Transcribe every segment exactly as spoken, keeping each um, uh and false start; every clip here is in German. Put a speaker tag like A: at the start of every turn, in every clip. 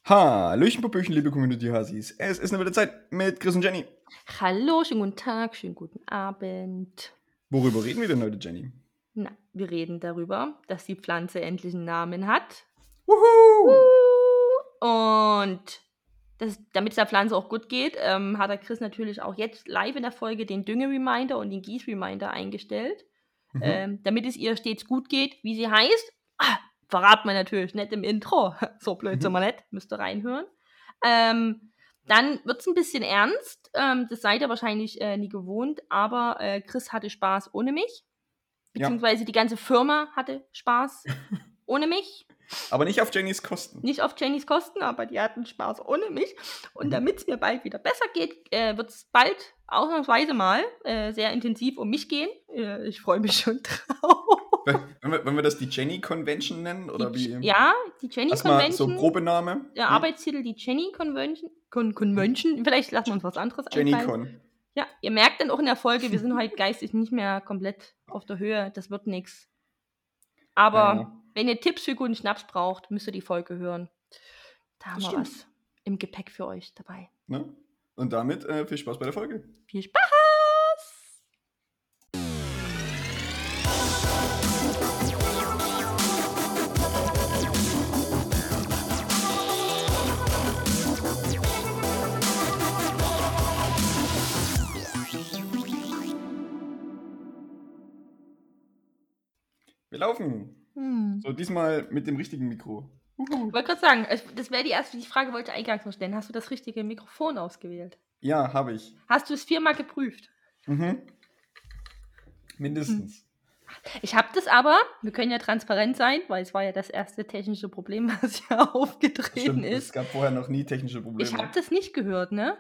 A: Hallöchen, Popöchen, liebe Community-Hasis. Es ist eine wieder Zeit mit Chris und Jenny.
B: Hallo, schönen guten Tag, schönen guten Abend.
A: Worüber reden wir denn heute, Jenny?
B: Na, wir reden darüber, dass die Pflanze endlich einen Namen hat.
A: Wuhu!
B: Und das, damit es der Pflanze auch gut geht, ähm, hat der Chris natürlich auch jetzt live in der Folge den Dünge-Reminder und den Gieß-Reminder eingestellt,
A: Mhm.
B: ähm, damit es ihr stets gut geht, wie sie heißt. Ah, verraten wir natürlich nicht im Intro. So blöd
A: Mhm.
B: sind wir nicht, müsst ihr reinhören. Ähm, dann wird es ein bisschen ernst. Ähm, das seid ihr wahrscheinlich äh, nie gewohnt, aber äh, Chris hatte Spaß ohne mich. Beziehungsweise die ganze Firma hatte Spaß ohne mich.
A: Aber nicht auf Jennys Kosten.
B: Nicht auf Jennys Kosten, aber die hatten Spaß ohne mich. Und
A: Mhm.
B: damit es mir bald wieder besser geht, äh, wird es bald ausnahmsweise mal äh, sehr intensiv um mich gehen. Äh, ich freue mich schon drauf.
A: Wollen wir, wollen wir das die Jenny Convention nennen? Oder
B: Die,
A: wie?
B: ja, die Jenny
A: Erstmal
B: Convention.
A: so Probename.
B: Der
A: Ja.
B: Arbeitstitel die Jenny Convention. Con Convention. Vielleicht lassen wir uns was anderes einfallen.
A: Jenny-Con.
B: Ja, ihr merkt dann auch in der Folge, wir sind heute geistig nicht mehr komplett auf der Höhe. Das wird nichts. Aber
A: Ja, ja.
B: wenn ihr Tipps für guten Schnaps braucht, müsst ihr die Folge hören. Da haben
A: Das
B: wir
A: stimmt.
B: was im Gepäck für euch dabei.
A: Ne? Und damit äh, viel Spaß bei der Folge.
B: Viel Spaß!
A: Wir laufen.
B: Hm.
A: So, diesmal mit dem richtigen Mikro.
B: Ich wollte gerade sagen, es- das wäre die erste die Frage, wollte ich eingangs noch stellen. Hast du das richtige Mikrofon ausgewählt?
A: Ja, habe ich.
B: Hast du es viermal geprüft?
A: Mhm. Mindestens.
B: Ich habe das aber, wir können ja transparent sein, weil es war ja das erste technische Problem, was ja aufgetreten
A: Stimmt, es
B: ist.
A: gab vorher noch nie technische Probleme.
B: Ich habe das nicht gehört, ne?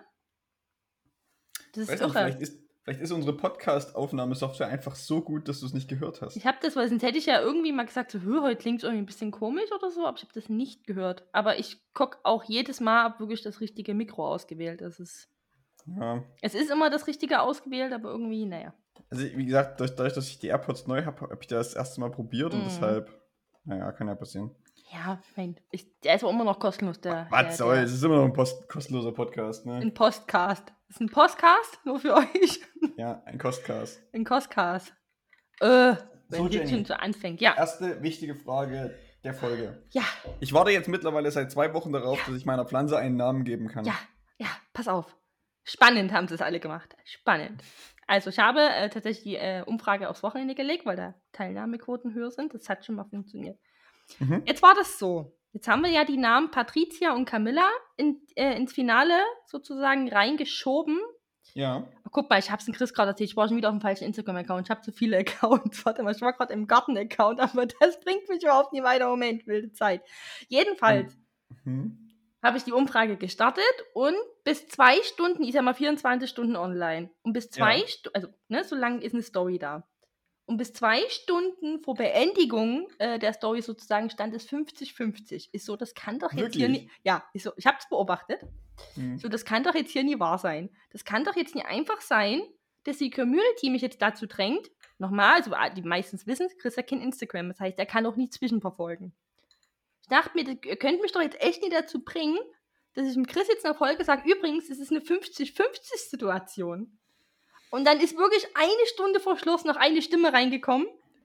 B: Das ist
A: Weiß nicht,
B: irre.
A: vielleicht ist, vielleicht ist unsere Podcast-Aufnahmesoftware einfach so gut, dass du es nicht gehört hast.
B: Ich habe das, weil sonst hätte ich ja irgendwie mal gesagt, so, hör, heute klingt es irgendwie ein bisschen komisch oder so, aber ich habe das nicht gehört. Aber ich gucke auch jedes Mal, ob wirklich das richtige Mikro ausgewählt ist. Es ist,
A: Ja.
B: es ist immer das Richtige ausgewählt, aber irgendwie, naja.
A: Also, wie gesagt, dadurch, dadurch dass ich die AirPods neu habe, habe ich das, das erste Mal probiert und
B: Mhm.
A: deshalb, naja, kann ja passieren.
B: Ja, ich mein, ich, der ist auch immer noch kostenlos, der.
A: Was
B: der,
A: soll,
B: der
A: es ist immer noch ein Post kostenloser Podcast, ne?
B: Ein Postcast. Das ist ein Postcast, nur für euch.
A: Ja, ein Kostcast.
B: Ein Postcast. Äh, wenn
A: So,
B: es
A: Jenny.
B: schon so anfängt. Ja.
A: Erste wichtige Frage der Folge.
B: Ja,
A: Ich warte jetzt mittlerweile seit zwei Wochen darauf, dass ich meiner Pflanze einen Namen geben kann.
B: ja, ja, pass auf. Spannend haben sie es alle gemacht. Spannend. Also ich habe äh, tatsächlich die äh, Umfrage aufs Wochenende gelegt, weil da Teilnahmequoten höher sind. Das hat schon mal funktioniert.
A: Mhm.
B: Jetzt war das so. Jetzt haben wir ja die Namen Patricia und Camilla in, äh, ins Finale sozusagen reingeschoben.
A: Ja.
B: Oh, guck mal, ich hab's dem Chris gerade erzählt. Ich war schon wieder auf dem falschen Instagram-Account. Ich habe zu viele Accounts. Warte mal, ich war gerade im Garten-Account, aber das bringt mich überhaupt nicht weiter. Moment, wilde Zeit. Jedenfalls
A: Mhm.
B: habe ich die Umfrage gestartet und bis zwei Stunden, ich sag mal vierundzwanzig Stunden online. Und bis zwei
A: Ja.
B: Stunden, also ne, so lange ist eine Story da. Und bis zwei Stunden vor Beendigung äh, der Story sozusagen stand es fünfzig fünfzig. Ist so, das kann doch jetzt hier
A: Wirklich?
B: nie. Ja, ist so, ich habe es beobachtet.
A: Mhm.
B: So, das kann doch jetzt hier nie wahr sein. Das kann doch jetzt nie einfach sein, dass die Community mich jetzt dazu drängt. Nochmal, also ah, die meistens wissen, Chris hat kein Instagram. Das heißt, er kann auch nie zwischenverfolgen. Ich dachte mir, ihr könnt mich doch jetzt echt nie dazu bringen, dass ich dem Chris jetzt in der Folge sage, übrigens, es ist eine fünfzig fünfzig Situation. Und dann ist wirklich eine Stunde vor Schluss noch eine Stimme reingekommen.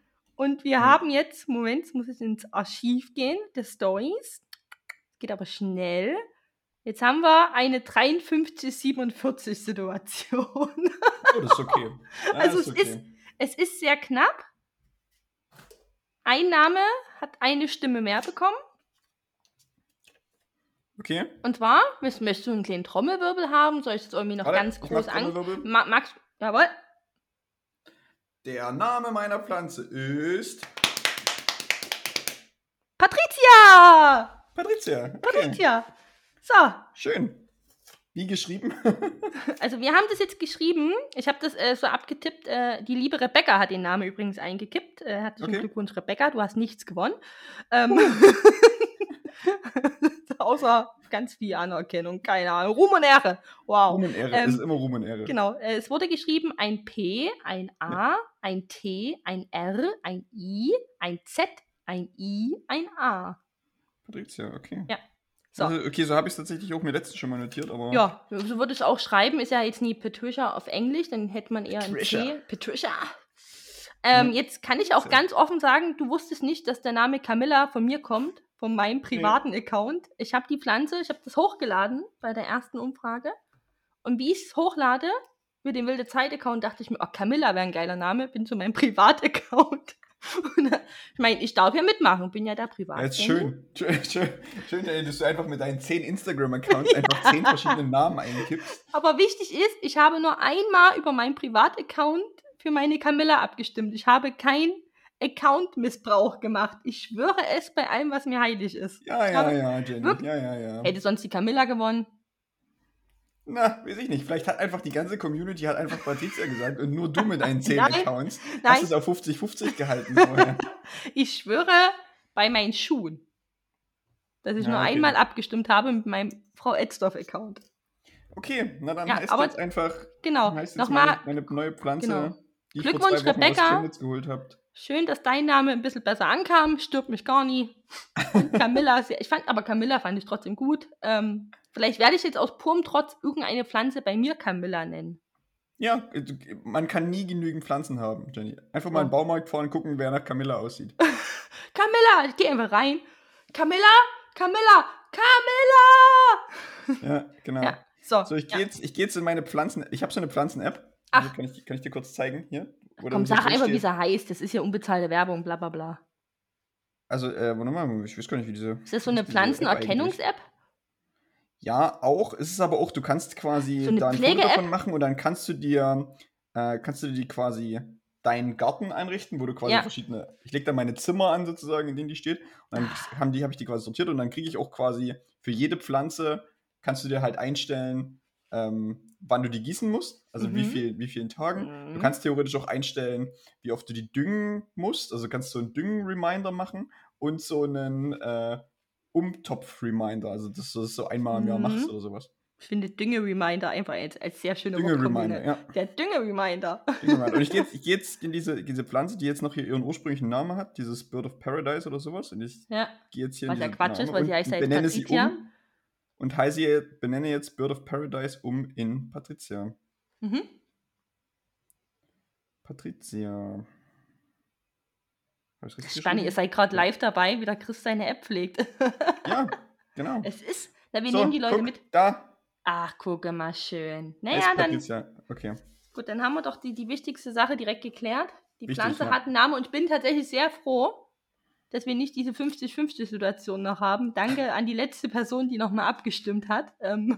B: Und wir
A: Mhm.
B: haben jetzt, Moment, jetzt muss ich ins Archiv gehen, der Stories. Geht aber schnell. Jetzt haben wir eine dreiundfünfzig siebenundvierzig Situation.
A: Oh, das ist okay. Ja,
B: Also
A: das
B: es
A: ist
B: ist,
A: okay.
B: es ist sehr knapp. Ein Name hat eine Stimme mehr bekommen.
A: Okay.
B: Und zwar, möchtest du einen kleinen Trommelwirbel haben? Soll ich das irgendwie noch
A: Warte,
B: ganz
A: ich
B: groß
A: mach
B: an...
A: Trommelwirbel.
B: Ma Magst jawohl.
A: Der Name meiner Pflanze ist
B: Patricia!
A: Patricia. Okay.
B: Patricia. So,
A: Schön. Wie geschrieben?
B: also wir haben das jetzt geschrieben. Ich habe das äh, so abgetippt. Äh, die liebe Rebecca hat den Namen übrigens eingekippt. Äh, herzlichen
A: Okay.
B: Glückwunsch, Rebecca. Du hast nichts gewonnen. Ähm, außer ganz viel Anerkennung. Keine Ahnung. Ruhm und Ehre. Wow.
A: Ruhm und Ehre.
B: Ähm,
A: es ist immer Ruhm und Ehre.
B: Genau. Äh, es wurde geschrieben ein P, ein A, ein T, ein R, ein I, ein Z, ein I, ein A.
A: Patricia, okay.
B: Ja. So.
A: Also, okay, so habe ich es tatsächlich auch mir letztens schon mal notiert, aber...
B: Ja, so würde ich auch schreiben. Ist ja jetzt nie Patricia auf Englisch, dann hätte man eher
A: Patricia.
B: ein C. Patricia. Ähm,
A: Ja.
B: jetzt kann ich auch
A: Sehr.
B: ganz offen sagen, du wusstest nicht, dass der Name Camilla von mir kommt, von meinem privaten Account. Ich habe die Pflanze, ich habe das hochgeladen bei der ersten Umfrage. Und wie ich es hochlade, mit dem Wilde Zeit-Account, dachte ich mir, oh, Camilla wäre ein geiler Name, bin zu meinem Privataccount. Und, ich meine, ich darf ja mitmachen, bin ja der Privat.
A: Ja, ist schön. Schön, schön, schön, ey, dass du einfach mit deinen zehn Instagram-Accounts einfach zehn verschiedene Namen einkippst.
B: Aber wichtig ist, ich habe nur einmal über meinen Privataccount für meine Camilla abgestimmt. Ich habe keinen Account-Missbrauch gemacht. Ich schwöre es bei allem, was mir heilig ist.
A: Ja,
B: Ich
A: ja,
B: habe
A: ja, Jenny.
B: wirklich-
A: Ja, ja, ja.
B: Hätte sonst die Camilla gewonnen.
A: Na, weiß ich nicht. Vielleicht hat einfach die ganze Community hat einfach Patricia gesagt und nur du mit deinen zehn
B: Nein,
A: Accounts
B: nein.
A: hast es auf fünfzig fünfzig gehalten vorher.
B: Ich schwöre bei meinen Schuhen, dass ich
A: Ja,
B: nur
A: okay.
B: einmal abgestimmt habe mit meinem Frau Edsdorf-Account.
A: Okay, na dann
B: Ja,
A: heißt
B: aber-
A: jetzt einfach
B: Genau,
A: heißt jetzt
B: nochmal
A: meine, meine neue Pflanze,
B: genau.
A: die ich vor
B: Glückwunsch,
A: zwei Wochen aus
B: Rebecca.
A: Chemnitz geholt habt.
B: Schön, dass dein Name ein bisschen besser ankam. Stört mich gar nie. Und Camilla, sehr, ich fand, aber Camilla fand ich trotzdem gut. Ähm, vielleicht werde ich jetzt aus purem Trotz irgendeine Pflanze bei mir Camilla nennen.
A: Ja, man kann nie genügend Pflanzen haben, Jenny. Einfach mal
B: Ja.
A: in den Baumarkt fahren und gucken, wer nach Camilla aussieht.
B: Camilla, ich gehe einfach rein. Camilla, Camilla, Camilla!
A: Ja, genau.
B: Ja, so.
A: So, ich
B: ja.
A: gehe jetzt, ich geh jetzt in meine Pflanzen... Ich habe so eine Pflanzen-App.
B: Ach.
A: Hier, kann, ich, kann ich dir kurz zeigen? Hier. Wo
B: Komm,
A: dann so
B: sag
A: drin
B: einfach, wie
A: steht.
B: sie heißt. Das ist ja unbezahlte Werbung, bla bla bla.
A: Also, äh, warte mal, ich weiß gar nicht, wie diese...
B: Ist das so
A: wie
B: eine
A: ist diese App eigentlich?
B: Pflanzenerkennungs-App?
A: Ja, auch. Es ist aber auch, du kannst quasi
B: So eine
A: da ein Foto
B: Pflege-App?
A: davon machen und dann kannst du dir, äh, kannst du dir quasi deinen Garten einrichten, wo du quasi
B: Ja.
A: verschiedene, ich lege da meine Zimmer an sozusagen, in denen die steht und dann haben die, habe ich die quasi sortiert und dann kriege ich auch quasi für jede Pflanze, kannst du dir halt einstellen, ähm, wann du die gießen musst, also
B: Mhm.
A: wie viel, wie vielen Tagen.
B: Mhm.
A: Du kannst theoretisch auch einstellen, wie oft du die düngen musst, also kannst du einen Düngen-Reminder machen und so einen äh, Umtopf-Reminder, also dass du das so einmal im Jahr
B: Mhm.
A: machst oder sowas.
B: Ich finde Dünge-Reminder einfach als, als sehr schöne
A: Dünge-Reminder,
B: Wortkombine.
A: ja.
B: Der Dünge-Reminder.
A: Dünge-Reminder. Und ich gehe jetzt, ich geh jetzt in diese, diese Pflanze, die jetzt noch hier ihren ursprünglichen Namen hat, dieses Bird of Paradise oder sowas. Und ich
B: Ja.
A: gehe jetzt hier
B: Was
A: in
B: ja
A: diese
B: Quatsch ist,
A: Name
B: weil
A: und
B: sie heißt ja jetzt
A: benenne sie
B: Patricia.
A: um und heiße jetzt, benenne jetzt Bird of Paradise um in Patricia.
B: Mhm.
A: Patricia. Hab ich's richtig
B: Spannend, ihr
A: geschrieben?
B: seid gerade live dabei, wie der Chris seine App pflegt.
A: Ja, genau.
B: Es ist, na, wir
A: So,
B: nehmen die Leute
A: guck,
B: mit.
A: da
B: Ach, gucke mal schön.
A: ist
B: Naja, dann,
A: Patricia. Okay.
B: gut, dann haben wir doch die, die wichtigste Sache direkt geklärt. Die
A: Wichtig,
B: Pflanze
A: ja.
B: hat einen Namen und ich bin tatsächlich sehr froh, dass wir nicht diese fünfzig fünfzig Situation noch haben. Danke an die letzte Person, die nochmal abgestimmt hat. Ähm,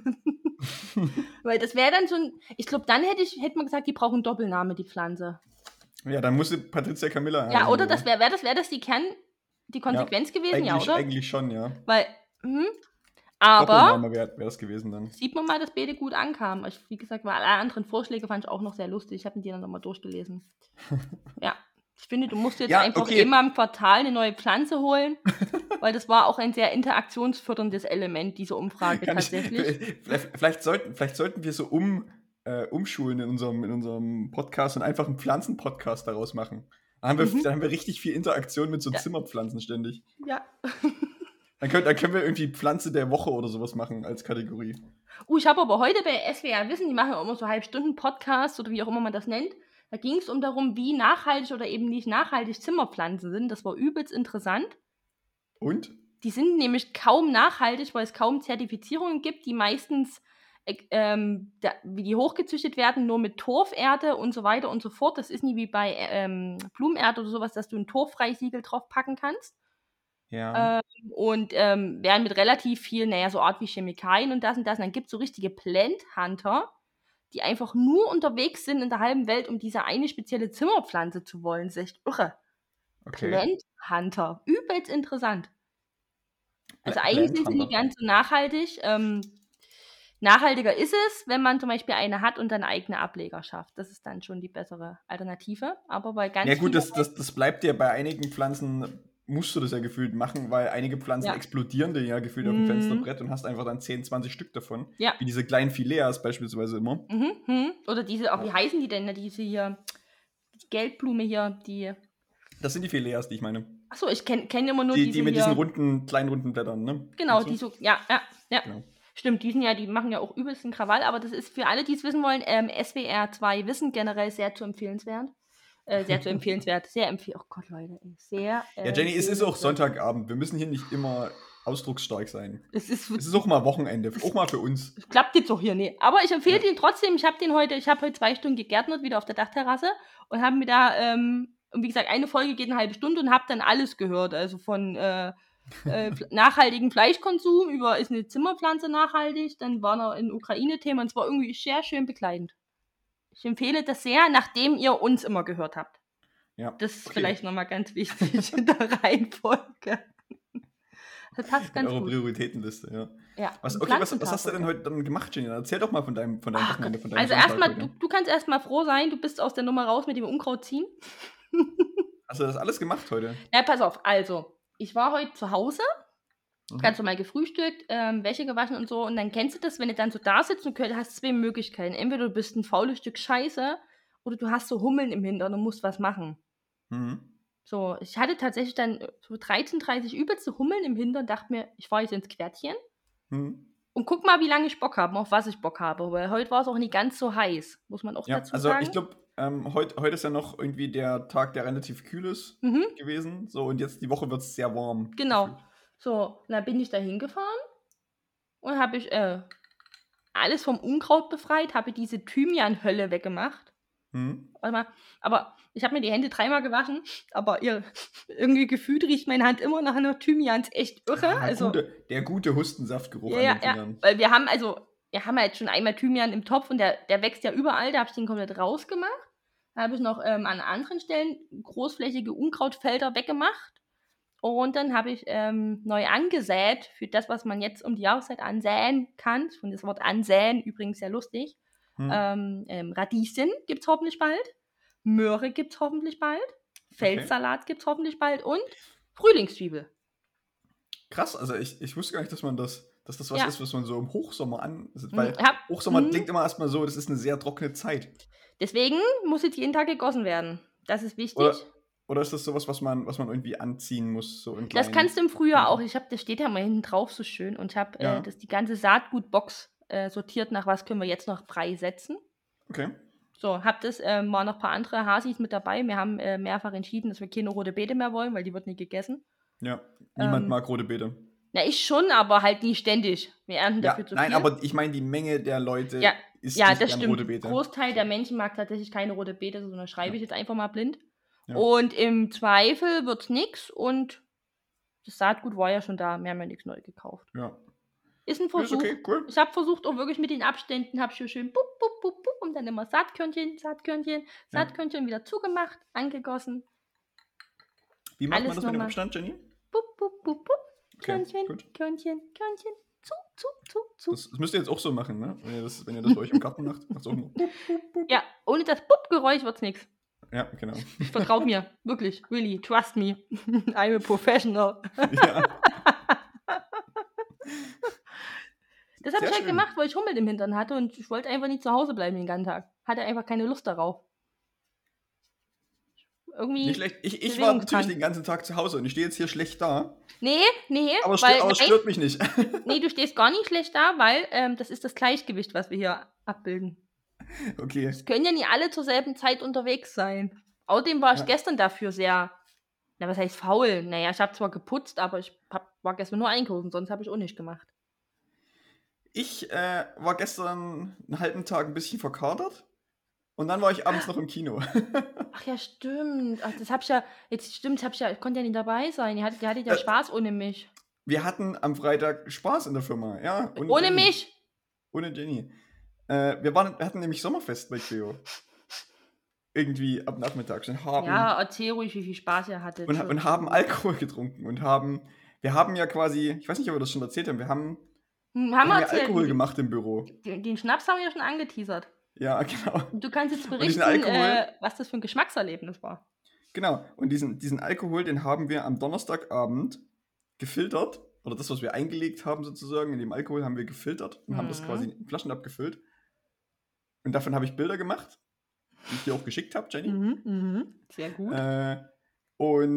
B: weil das wäre dann so ein, ich glaube, dann hätte ich, hätte man gesagt, die brauchen einen Doppelname, die Pflanze.
A: Ja, dann musste Patricia Camilla
B: Ja,
A: heißen,
B: oder das wäre wär das, wär das die Kern, die Konsequenz gewesen,
A: eigentlich,
B: ja, oder?
A: Eigentlich schon, ja.
B: Weil, mhm. Aber
A: Doppelname wäre wär das gewesen dann.
B: sieht man mal, dass beide gut ankamen. Ich, wie gesagt, weil alle anderen Vorschläge fand ich auch noch sehr lustig. Ich habe mir die dann nochmal durchgelesen. Ja, ich finde, du musst jetzt
A: Ja,
B: einfach
A: okay.
B: immer im Quartal eine neue Pflanze holen, weil das war auch ein sehr interaktionsförderndes Element, diese Umfrage
A: Kann ich,
B: tatsächlich.
A: vielleicht, vielleicht, sollten, vielleicht sollten wir so um, äh, umschulen in unserem, in unserem Podcast und einfach einen Pflanzen-Podcast daraus machen. Dann haben wir,
B: Mhm.
A: dann haben wir richtig viel Interaktion mit so
B: Ja.
A: Zimmerpflanzen ständig.
B: Ja.
A: Dann können, dann können wir irgendwie Pflanze der Woche oder sowas machen als Kategorie.
B: Uh, ich habe aber heute bei S W R Wissen, die machen ja immer so Halbstunden-Podcasts oder wie auch immer man das nennt, da ging es um darum, wie nachhaltig oder eben nicht nachhaltig Zimmerpflanzen sind. Das war übelst interessant.
A: Und?
B: Die sind nämlich kaum nachhaltig, weil es kaum Zertifizierungen gibt, die meistens, äh, ähm, da, wie die hochgezüchtet werden, nur mit Torferde und so weiter und so fort. Das ist nie wie bei ähm, Blumenerde oder sowas, dass du ein Torffreisiegel drauf packen kannst.
A: Ja.
B: Ähm, und ähm, werden mit relativ viel, naja, so Art wie Chemikalien und das und das. Und dann gibt es so richtige Plant Hunter, die einfach nur unterwegs sind in der halben Welt, um diese eine spezielle Zimmerpflanze zu wollen. Das ist echt irre.
A: Okay.
B: Plant Hunter. Übelst interessant. Also
A: Pla-
B: eigentlich
A: Plant
B: sind sie nicht
A: Hunter.
B: ganz so nachhaltig. Ähm, nachhaltiger ist es, wenn man zum Beispiel eine hat und dann eigene Ableger schafft. Das ist dann schon die bessere Alternative. Aber bei ganz
A: Ja gut,
B: vielen-
A: das, das, das bleibt ja bei einigen Pflanzen, musst du das ja gefühlt machen, weil einige Pflanzen
B: Ja.
A: explodieren dir ja gefühlt auf dem
B: Mhm.
A: Fensterbrett und hast einfach dann zehn, zwanzig Stück davon.
B: Ja.
A: Wie diese kleinen Phileas beispielsweise immer.
B: Mhm, mhm. Oder diese, auch wie heißen die denn? ne? Diese hier, die Geldblume hier, die.
A: Das sind die Phileas, die ich meine.
B: Achso, ich kenne kenn immer nur
A: Die,
B: diese
A: die mit
B: hier.
A: diesen runden, kleinen runden Blättern, ne?
B: Genau,
A: Meinst du?
B: die so, ja, ja, ja.
A: Genau.
B: Stimmt, die sind ja, die machen ja auch übelsten Krawall, aber das ist für alle, die es wissen wollen, ähm, S W R zwei Wissen generell sehr zu empfehlenswert. Äh, sehr zu empfehlenswert, sehr empfehlenswert. Oh Gott, Leute, ey, sehr
A: Ja, Jenny, es ist auch
B: empfehlenswert.
A: Sonntagabend. Wir müssen hier nicht immer ausdrucksstark sein.
B: Es ist,
A: Es ist auch mal Wochenende, auch mal für uns.
B: es klappt jetzt auch hier, nee. Aber ich empfehle
A: Ja.
B: den trotzdem. Ich habe den heute, ich habe heute zwei Stunden gegärtnert, wieder auf der Dachterrasse und habe mir da, ähm, und wie gesagt, eine Folge geht eine halbe Stunde und habe dann alles gehört. Also von äh, äh, f- nachhaltigen Fleischkonsum über ist eine Zimmerpflanze nachhaltig, dann war noch ein Ukraine-Thema und es war irgendwie sehr schön begleitend. Ich empfehle das sehr, nachdem ihr uns immer gehört habt.
A: Ja.
B: Das ist
A: Okay.
B: vielleicht nochmal ganz wichtig in der Reihenfolge. Das passt
A: In
B: ganz
A: eurer
B: gut.
A: Prioritätenliste, ja.
B: Ja,
A: Was,
B: ein
A: okay, was, was hast du
B: Pflanzentag
A: denn heute dann gemacht, Jenny? Erzähl doch mal von deinem, von deinem
B: Ach
A: Wochenende,
B: Gott.
A: von deinem
B: Also
A: Sonntag
B: erstmal,
A: heute.
B: du, du kannst erstmal froh sein, du bist aus der Nummer raus mit dem Unkraut ziehen.
A: Hast du das alles gemacht heute?
B: Ja, pass auf, also, ich war heute zu Hause,
A: Mhm.
B: ganz normal gefrühstückt, ähm, Wäsche gewaschen und so, und dann kennst du das, wenn du dann so da sitzt und du hast zwei Möglichkeiten. Entweder du bist ein faules Stück Scheiße oder du hast so Hummeln im Hintern und musst was machen.
A: Mhm.
B: So, ich hatte tatsächlich dann so dreizehn Uhr dreißig übelste Hummeln im Hintern, dachte mir, ich fahre jetzt ins Quertchen
A: Mhm.
B: und guck mal, wie lange ich Bock habe, auf was ich Bock habe, weil heute war es auch nicht ganz so heiß, muss man auch
A: Ja,
B: dazu
A: also
B: sagen.
A: ich glaube, ähm, heute, heute ist ja noch irgendwie der Tag, der relativ kühl ist
B: Mhm.
A: gewesen. So, und jetzt die Woche wird es sehr warm.
B: Genau.
A: gefühlt.
B: So, und dann bin ich da hingefahren und habe ich äh, alles vom Unkraut befreit, habe diese Thymian-Hölle weggemacht.
A: Mhm.
B: Warte mal, aber ich habe mir die Hände dreimal gewaschen, aber ihr, irgendwie gefühlt riecht meine Hand immer nach einer Thymian, ist echt irre.
A: Ah,
B: Also,
A: gute, der gute Hustensaftgeruch
B: ja,
A: an
B: ja,
A: den
B: ja,
A: Fingern.
B: weil wir haben also, wir haben halt schon einmal Thymian im Topf und der, der wächst ja überall, da habe ich den komplett rausgemacht. Da habe ich noch ähm, an anderen Stellen großflächige Unkrautfelder weggemacht. Und dann habe ich ähm, neu angesät für das, was man jetzt um die Jahreszeit ansäen kann. Ich finde das Wort ansäen übrigens sehr lustig.
A: Hm.
B: Ähm, ähm, Radieschen gibt es hoffentlich bald. Möhre gibt es hoffentlich bald. Feldsalat gibt es hoffentlich bald. Und Frühlingszwiebel.
A: Krass, also ich, ich wusste gar nicht, dass man das, dass das was
B: Ja.
A: ist, was man so im Hochsommer an.
B: Mhm,
A: Weil
B: ja,
A: Hochsommer
B: mhm.
A: klingt immer erstmal so, das ist eine sehr trockene Zeit.
B: Deswegen muss jetzt jeden Tag gegossen werden. Das ist wichtig.
A: Oder, oder ist das sowas, was man, was man irgendwie anziehen muss, so in
B: Das
A: kleinen
B: kannst du im Frühjahr
A: Händen?
B: auch. Ich habe, das steht ja mal hinten drauf so schön. Und ich habe
A: Ja.
B: äh, das die ganze Saatgutbox äh, sortiert nach, was können wir jetzt noch freisetzen.
A: Okay.
B: So, hab das, ähm, waren noch ein paar andere Hasis mit dabei. Wir haben äh, mehrfach entschieden, dass wir keine rote Beete mehr wollen, weil die wird nicht gegessen.
A: Ja. Niemand
B: Ähm,
A: mag rote Beete.
B: Na, ich schon, aber halt nie ständig. Wir ernten
A: Ja,
B: dafür zu
A: nein,
B: viel.
A: aber ich meine, die Menge der Leute
B: Ja,
A: ist
B: ja,
A: nicht
B: das
A: gern
B: stimmt.
A: rote Beete.
B: Großteil der Menschen mag tatsächlich keine rote Beete, sondern schreibe
A: Ja.
B: ich jetzt einfach mal blind.
A: Ja.
B: Und im Zweifel wird's nix und das Saatgut war ja schon da. Wir haben ja nichts neu gekauft.
A: Ja.
B: Ist ein
A: Ja, ist
B: Versuch.
A: okay, cool.
B: Ich habe versucht, auch wirklich mit den Abständen, habe ich schön bup, bup, bup, bup und dann immer Saatkörnchen, Saatkörnchen,
A: Ja.
B: Saatkörnchen wieder zugemacht, angegossen.
A: Wie macht man
B: Alles
A: das mit dem
B: nochmal.
A: Abstand, Jenny?
B: Bup, bup, bup, bup.
A: Okay,
B: Körnchen,
A: gut.
B: Körnchen, Körnchen. Zu, zu, zu, zu.
A: Das, das müsst ihr jetzt auch so machen, ne? Wenn ihr das, wenn ihr das bei euch im Garten macht, macht's auch immer. Bup, bup, bup.
B: Ja, ohne das Bup-Geräusch wird's nix.
A: Ja, genau.
B: Vertraut mir. Wirklich. Really. Trust me. I'm a professional.
A: Ja.
B: Das habe
A: Sehr
B: ich halt
A: schön.
B: gemacht, weil ich Hummeln im Hintern hatte und ich wollte einfach nicht zu Hause bleiben den ganzen Tag. Hatte einfach keine Lust darauf. Irgendwie.
A: Nicht schlecht. Ich, ich war natürlich
B: bewegungskrank.
A: den ganzen Tag zu Hause und ich stehe jetzt hier schlecht da.
B: Nee, nee,
A: Aber, stö
B: weil,
A: aber es
B: nein,
A: stört mich nicht.
B: nee, du stehst gar nicht schlecht da, weil ähm, das ist das Gleichgewicht, was wir hier abbilden.
A: Okay.
B: Es können ja nicht alle zur selben Zeit unterwegs sein. Außerdem war ich
A: Ja.
B: gestern dafür sehr, na was heißt faul? Naja, ich habe zwar geputzt, aber ich hab, war gestern nur einkaufen, sonst habe ich auch nicht gemacht.
A: Ich äh, war gestern einen halben Tag ein bisschen verkadert und dann war ich abends noch im Kino.
B: Ach ja, stimmt. Ach, das hab ich ja, jetzt stimmt, das hab ich ja, ich konnte ja nicht dabei sein. Ihr hattet, ihr hattet ja
A: Äh,
B: Spaß ohne mich.
A: Wir hatten am Freitag Spaß in der Firma, ja.
B: Ohne
A: Jenny.
B: mich?
A: Ohne Jenny. Äh, wir, waren, wir hatten nämlich Sommerfest bei Cleo. Irgendwie ab Nachmittags und haben,
B: Ja, erzähl ruhig, wie viel Spaß ihr hattet.
A: und,
B: Schon-
A: und haben Alkohol getrunken und haben, wir haben ja quasi, ich weiß nicht, ob wir das schon erzählt haben, wir haben,
B: Hm,
A: wir
B: haben wir
A: haben ja
B: erzählt.
A: Alkohol gemacht im Büro.
B: Den, den Schnaps haben wir ja schon angeteasert.
A: Ja, genau.
B: Und du kannst jetzt
A: diesen
B: berichten,
A: Alkohol-
B: äh, was das für ein Geschmackserlebnis war.
A: Genau. Und diesen, diesen Alkohol, den haben wir am Donnerstagabend gefiltert. Oder das, was wir eingelegt haben sozusagen, in dem Alkohol haben wir gefiltert und haben das
B: Mhm.
A: quasi in Flaschen abgefüllt. Und davon habe ich Bilder gemacht, die ich dir auch geschickt habe, Jenny.
B: Mhm, mhm. Sehr gut.
A: Äh, und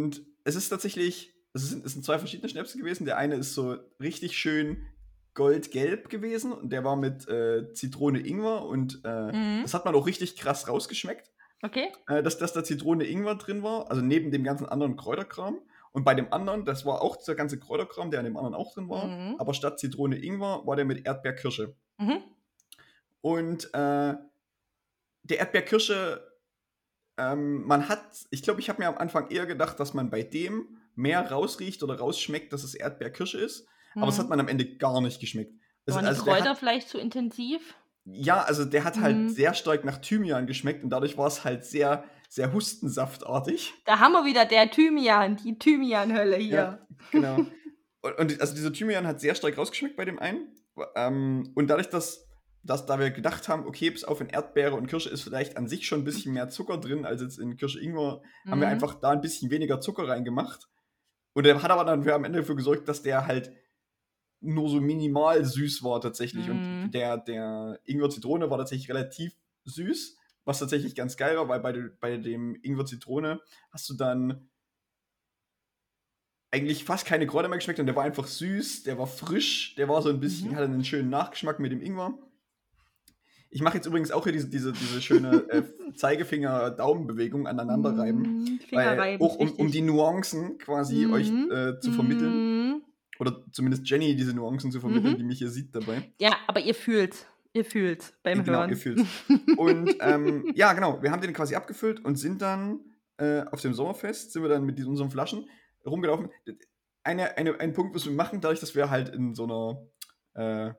A: es ist tatsächlich, es sind, es sind zwei verschiedene Schnäpse gewesen. Der eine ist so richtig schön goldgelb gewesen und der war mit äh, Zitrone Ingwer und äh,
B: Mhm.
A: das hat man auch richtig krass rausgeschmeckt,
B: Okay.
A: äh, dass, dass da Zitrone Ingwer drin war, also neben dem ganzen anderen Kräuterkram. Und bei dem anderen, das war auch der ganze Kräuterkram, der an dem anderen auch drin war,
B: Mhm.
A: aber statt Zitrone Ingwer war der mit Erdbeerkirsche.
B: Mhm.
A: Und äh, der Erdbeerkirsche, ähm, man hat, ich glaube, ich habe mir am Anfang eher gedacht, dass man bei dem mehr rausriecht oder rausschmeckt, dass es Erdbeerkirsche ist. Aber das hat
B: Mhm.
A: man am Ende gar nicht geschmeckt. Also,
B: Waren die
A: also der
B: Kräuter
A: hat,
B: vielleicht zu intensiv?
A: ja, also der hat halt
B: Mhm.
A: sehr stark nach Thymian geschmeckt und dadurch war es halt sehr, sehr hustensaftartig.
B: Da haben wir wieder der Thymian, die Thymian-Hölle
A: Ja,
B: hier.
A: genau. Und, und also dieser Thymian hat sehr stark rausgeschmeckt bei dem einen. Ähm, und dadurch, dass, dass da wir gedacht haben, okay, bis auf in Erdbeere und Kirsche ist vielleicht an sich schon ein bisschen mehr Zucker drin als jetzt in Kirsche-Ingwer, haben wir
B: Mhm.
A: einfach da ein bisschen weniger Zucker reingemacht. Und der hat aber dann für am Ende dafür gesorgt, dass der halt nur so minimal süß war tatsächlich.
B: Mhm.
A: Und der, der Ingwer-Zitrone war tatsächlich relativ süß, was tatsächlich ganz geil war, weil bei, de, bei dem Ingwer-Zitrone hast du dann eigentlich fast keine Kräuter mehr geschmeckt und der war einfach süß, der war frisch, der war so ein bisschen,
B: Mhm.
A: hatte einen schönen Nachgeschmack mit dem Ingwer. Ich mache jetzt übrigens auch hier diese, diese, diese schöne äh, Zeigefinger-Daumenbewegung aneinander reiben,
B: Mhm.
A: weil
B: Fingerreiben
A: auch
B: ist
A: um, um
B: wichtig.
A: die Nuancen quasi euch
B: Mhm.
A: äh, zu vermitteln
B: Mhm.
A: oder zumindest Jenny diese Nuancen zu vermitteln,
B: Mhm.
A: die mich hier sieht dabei.
B: Ja, aber ihr fühlt's. Ihr fühlt's beim
A: Genau, ihr
B: Hören.
A: fühlt's. Und ähm, ja, genau, wir haben den quasi abgefüllt und sind dann äh, auf dem Sommerfest, sind wir dann mit diesen, unseren Flaschen rumgelaufen. Eine, eine, ein Punkt, was wir machen, dadurch, dass wir halt in so einer, äh,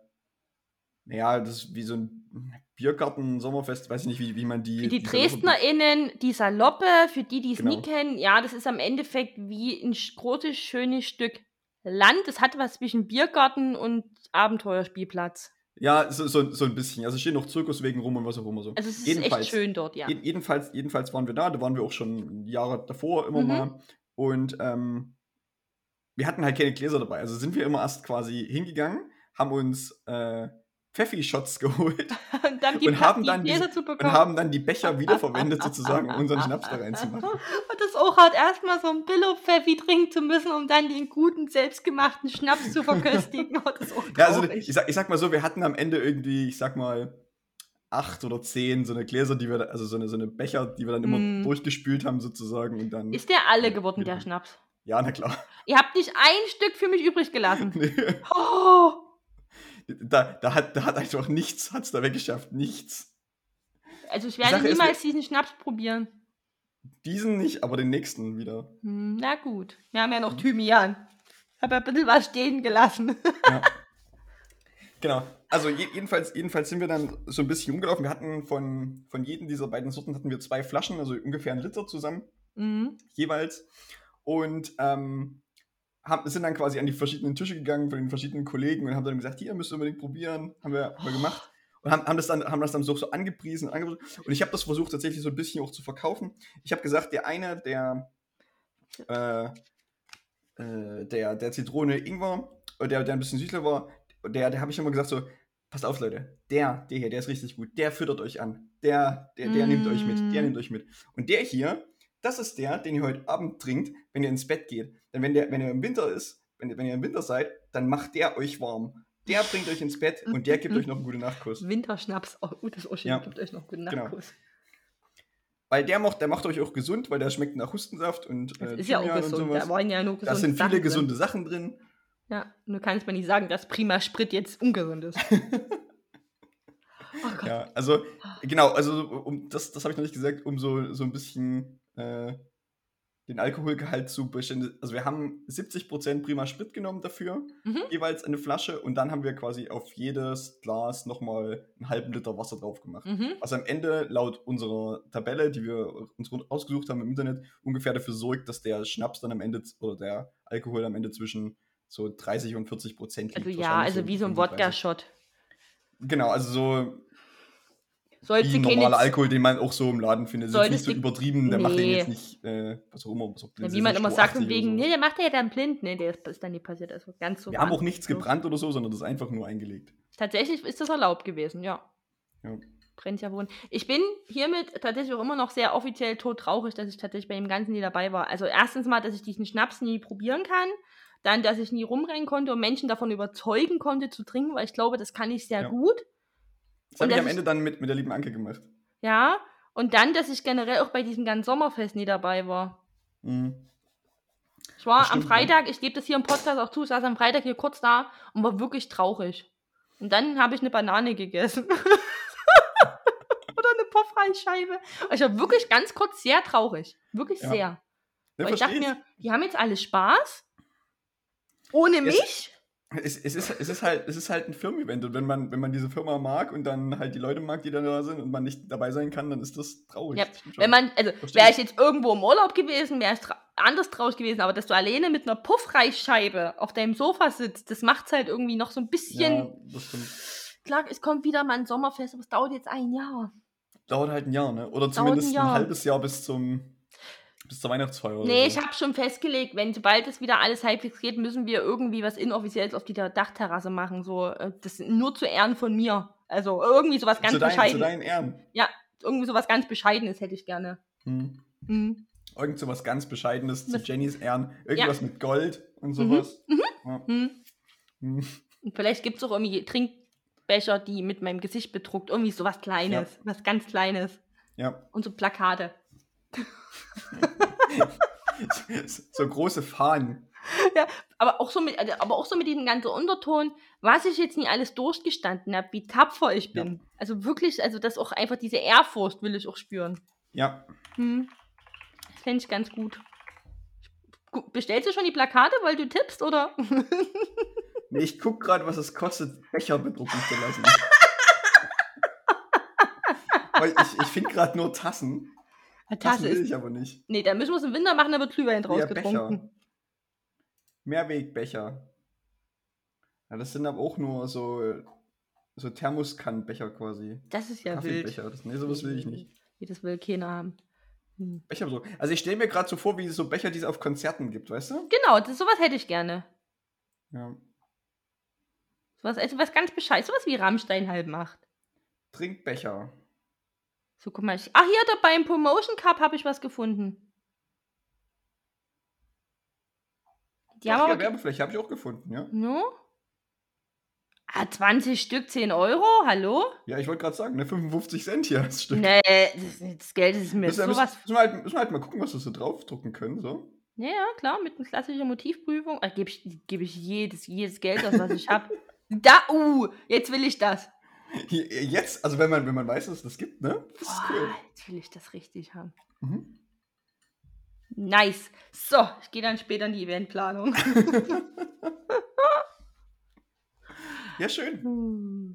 A: naja, das ist wie so ein Biergarten, Sommerfest, weiß ich nicht, wie, wie man die.
B: Für die
A: die Saloppe-
B: DresdnerInnen, die Saloppe, für die, die es nie
A: Genau.
B: kennen, ja, das ist am Endeffekt wie ein sch- großes, schönes Stück Land. Es hat was zwischen Biergarten und Abenteuerspielplatz.
A: Ja, so, so, so ein bisschen. Also stehen noch Zirkuswegen rum und was auch immer so.
B: Also es ist echt
A: Jedenfalls,
B: schön dort, ja.
A: je- jedenfalls, jedenfalls waren wir da, da waren wir auch schon Jahre davor immer
B: Mhm.
A: mal. Und ähm, wir hatten halt keine Gläser dabei. Also sind wir immer erst quasi hingegangen, haben uns äh, Pfeffi-Shots geholt
B: Und dann die,
A: und
B: Pla-
A: haben
B: die
A: dann, diese,
B: Gläser zu
A: und
B: bekommen.
A: haben dann die Becher wiederverwendet, sozusagen, um unseren Schnaps da reinzumachen.
B: Und das auch hat erstmal so ein Billo-Pfeffi trinken zu müssen, um dann den guten, selbstgemachten Schnaps zu verköstigen. Oh, das ist auch
A: Ja, also
B: traurig.
A: ich sag, ich sag mal so, wir hatten am Ende irgendwie, ich sag mal, acht oder zehn so eine Gläser, die wir, da- also so eine, so eine Becher, die wir dann immer
B: Mm.
A: durchgespült haben, sozusagen. Und dann,
B: Ist der alle
A: Ja,
B: geworden, der
A: wieder-
B: Schnaps?
A: ja, na klar.
B: Ihr habt nicht ein Stück für mich übrig gelassen.
A: Nee.
B: Oh,
A: Da, da, hat, da hat einfach nichts, hat's da weggeschafft, nichts.
B: also ich
A: Die
B: werde
A: Sache ist,
B: niemals diesen Schnaps probieren.
A: Diesen nicht, aber den nächsten wieder.
B: Hm, na gut, wir haben ja noch Thymian. Hab ja ein bisschen was stehen gelassen.
A: Ja. Genau. Also je, jedenfalls, jedenfalls sind wir dann so ein bisschen rumgelaufen. Wir hatten von, von jedem dieser beiden Sorten hatten wir zwei Flaschen, also ungefähr einen Liter zusammen,
B: Mhm.
A: jeweils. Und ähm, haben, sind dann quasi an die verschiedenen Tische gegangen von den verschiedenen Kollegen und haben dann gesagt, hier, müsst ihr unbedingt probieren. Haben wir, haben wir gemacht. Und haben, haben, das dann, haben das dann so, so angepriesen und angepriesen. Und ich habe das versucht, tatsächlich so ein bisschen auch zu verkaufen. Ich habe gesagt, der eine, der, äh, äh, der, der Zitrone Ingwer, oder der, der ein bisschen süßer war, der, der habe ich immer gesagt so, passt auf, Leute, der, der hier, der ist richtig gut, der füttert euch an, der, der, der
B: Mm.
A: nimmt euch mit, der nimmt euch mit. Und der hier, das ist der, den ihr heute Abend trinkt, wenn ihr ins Bett geht. Denn wenn der, wenn ihr im Winter ist, wenn, wenn ihr im Winter seid, dann macht der euch warm. Der bringt euch ins Bett und der gibt euch noch einen guten Nachtkuss.
B: Winterschnaps, oh, gut, das ist auch schön,
A: Ja.
B: gibt euch noch guten
A: Genau.
B: Nachkuss.
A: Weil der macht, der macht euch auch gesund, weil der schmeckt nach Hustensaft und
B: Das
A: äh,
B: ist ja auch
A: Thymian und
B: gesund,
A: sowas.
B: da wollen ja nur gesunde
A: Da sind
B: Sachen
A: viele
B: drin.
A: gesunde Sachen drin.
B: Ja, nur kann es mir nicht sagen, dass Prima Sprit jetzt ungesund ist. Oh Gott.
A: Ja, also, genau, also um, das, das habe ich noch nicht gesagt, um so, so ein bisschen äh, den Alkoholgehalt zu bestimmen. Also wir haben siebzig Prozent Prima Sprit genommen dafür,
B: Mhm.
A: jeweils eine Flasche, und dann haben wir quasi auf jedes Glas nochmal einen halben Liter Wasser drauf gemacht.
B: Mhm.
A: Was am Ende laut unserer Tabelle, die wir uns ausgesucht haben im Internet, ungefähr dafür sorgt, dass der Schnaps dann am Ende, oder der Alkohol am Ende zwischen so dreißig und vierzig Prozent liegt.
B: Also ja,
A: Wahrscheinlich
B: also wie so ein
A: fünfunddreißig.
B: Wodka-Shot.
A: Genau, also so
B: Sollst
A: wie
B: du keine
A: normaler
B: Z-
A: Alkohol, den man auch so im Laden findet. Das ist jetzt nicht
B: Solltest
A: so
B: du-
A: übertrieben, der macht den
B: Nee.
A: jetzt nicht, äh, was auch immer. Was auch,
B: Ja, wie man immer sagt, von wegen, nee, der macht ja dann blind. Nee, der ist, ist dann nie passiert. Also ganz so.
A: Wir haben auch nichts
B: so.
A: gebrannt oder so, sondern das ist einfach nur eingelegt.
B: Tatsächlich ist das erlaubt gewesen, ja.
A: Ja.
B: brennt ja wohl. Ich bin hiermit tatsächlich auch immer noch sehr offiziell todtraurig, dass ich tatsächlich bei dem Ganzen nie dabei war. Also erstens mal, dass ich diesen Schnaps nie probieren kann. Dann, dass ich nie rumrennen konnte und Menschen davon überzeugen konnte zu trinken, weil ich glaube, das kann ich sehr
A: Ja.
B: gut.
A: Das habe
B: Und
A: ich am
B: dass
A: Ende dann mit, mit der lieben Anke gemacht.
B: Ja, und dann, dass ich generell auch bei diesem ganzen Sommerfest nie dabei war.
A: Mhm.
B: Ich war
A: Das
B: am
A: stimmt,
B: Freitag, ich gebe das hier im Podcast auch zu, ich saß am Freitag hier kurz da und war wirklich traurig. Und dann habe ich eine Banane gegessen. Oder eine Puffreisscheibe. Ich war wirklich ganz kurz sehr traurig. Wirklich
A: Ja.
B: sehr.
A: Ja,
B: Weil ich dachte
A: verstehe
B: mir, die haben jetzt alle Spaß. Ohne
A: Es-
B: mich.
A: Es, es, ist, es, ist halt, es ist halt ein Firmen-Event und wenn man, wenn man diese Firma mag und dann halt die Leute mag, die da da sind und man nicht dabei sein kann, dann ist das traurig.
B: Ja,
A: Das stimmt schon.
B: wenn man, also
A: Verstehe
B: wäre
A: ich.
B: ich jetzt irgendwo im Urlaub gewesen, wäre ich tra- anders traurig gewesen, aber dass du alleine mit einer Puffreisscheibe auf deinem Sofa sitzt, das macht's halt irgendwie noch so ein bisschen.
A: Ja, das stimmt.
B: Klar, es kommt wieder mal ein Sommerfest, aber es dauert jetzt ein Jahr.
A: Dauert halt ein Jahr, ne? Oder
B: Dauert
A: zumindest
B: ein
A: ein,
B: Jahr.
A: halbes Jahr bis zum bis zur Weihnachtsfeier oder
B: Nee,
A: so.
B: ich habe schon festgelegt, wenn sobald es wieder alles halbwegs geht, müssen wir irgendwie was Inoffizielles auf die Dachterrasse machen. So, äh, das nur zu Ehren von mir. Also irgendwie sowas ganz
A: zu, dein, zu
B: Bescheidenes.
A: deinen Ehren.
B: Ja, irgendwie sowas ganz Bescheidenes hätte ich gerne.
A: Hm.
B: Hm.
A: Irgend so was ganz Bescheidenes zu
B: Was-
A: Jennys Ehren. Irgendwas mit Gold und
B: Mhm.
A: sowas.
B: Mhm.
A: Ja.
B: Hm.
A: Hm.
B: Und vielleicht gibt es auch irgendwie Trinkbecher, die mit meinem Gesicht bedruckt. Irgendwie sowas Kleines. Was ganz Kleines.
A: Ja.
B: Und so Plakate.
A: So große Fahnen.
B: Aber auch so mit, also, aber auch so mit diesem ganzen Unterton, was ich jetzt nie alles durchgestanden habe, wie tapfer ich
A: Ja.
B: bin. Also wirklich, also das auch einfach diese Ehrfurcht will ich auch spüren.
A: Ja.
B: Hm. Das fände ich ganz gut. Gu- Bestellst du schon die Plakate, weil du tippst, oder?
A: Nee, ich guck gerade, was es kostet, Becher bedrucken zu lassen. Weil ich ich finde gerade nur Tassen.
B: Eine
A: Tassen
B: Tasse
A: will
B: ist.
A: ich aber nicht.
B: Nee, dann müssen wir es im Winter machen, da wird Glühwein draus
A: Ja,
B: getrunken.
A: Becher. Mehrwegbecher. Ja, das sind aber auch nur so, so Thermoskannenbecher quasi.
B: Das ist ja wild.
A: Kaffeebecher. Das, nee, sowas will ich nicht.
B: Wie das will keiner haben. Hm.
A: Becher so. Also ich stelle mir gerade so vor, wie so Becher, die es auf Konzerten gibt, weißt du?
B: Genau, das, sowas hätte ich gerne.
A: Ja.
B: Sowas, also was ganz Bescheid, sowas wie Rammstein halt macht.
A: Trinkbecher.
B: So, guck mal. Ich, ach, hier da beim Promotion Cup habe ich was gefunden. Die
A: Ach,
B: haben
A: ja,
B: aber. ge-
A: Werbefläche habe ich auch gefunden, ja.
B: No? Ah, zwanzig Stück, zehn Euro? Hallo?
A: Ja, ich wollte gerade sagen, ne, fünfundfünfzig Cent hier das Stück.
B: Nee, das, das Geld ist mir
A: Müssen, wir-
B: sowas.
A: müssen, wir halt, müssen wir halt mal gucken, was wir so draufdrucken können, so.
B: Ja, ja, klar, mit einer klassischen Motivprüfung. Da gebe ich, geb ich jedes, jedes Geld aus, was ich habe. Da, uh, jetzt will ich das.
A: Hier, jetzt, also wenn man, wenn man weiß, dass es das gibt, ne? Das ist
B: Boah,
A: cool.
B: jetzt will ich das richtig haben.
A: Mhm.
B: Nice. So, ich gehe dann später in die Eventplanung.
A: Ja, schön.
B: Hm.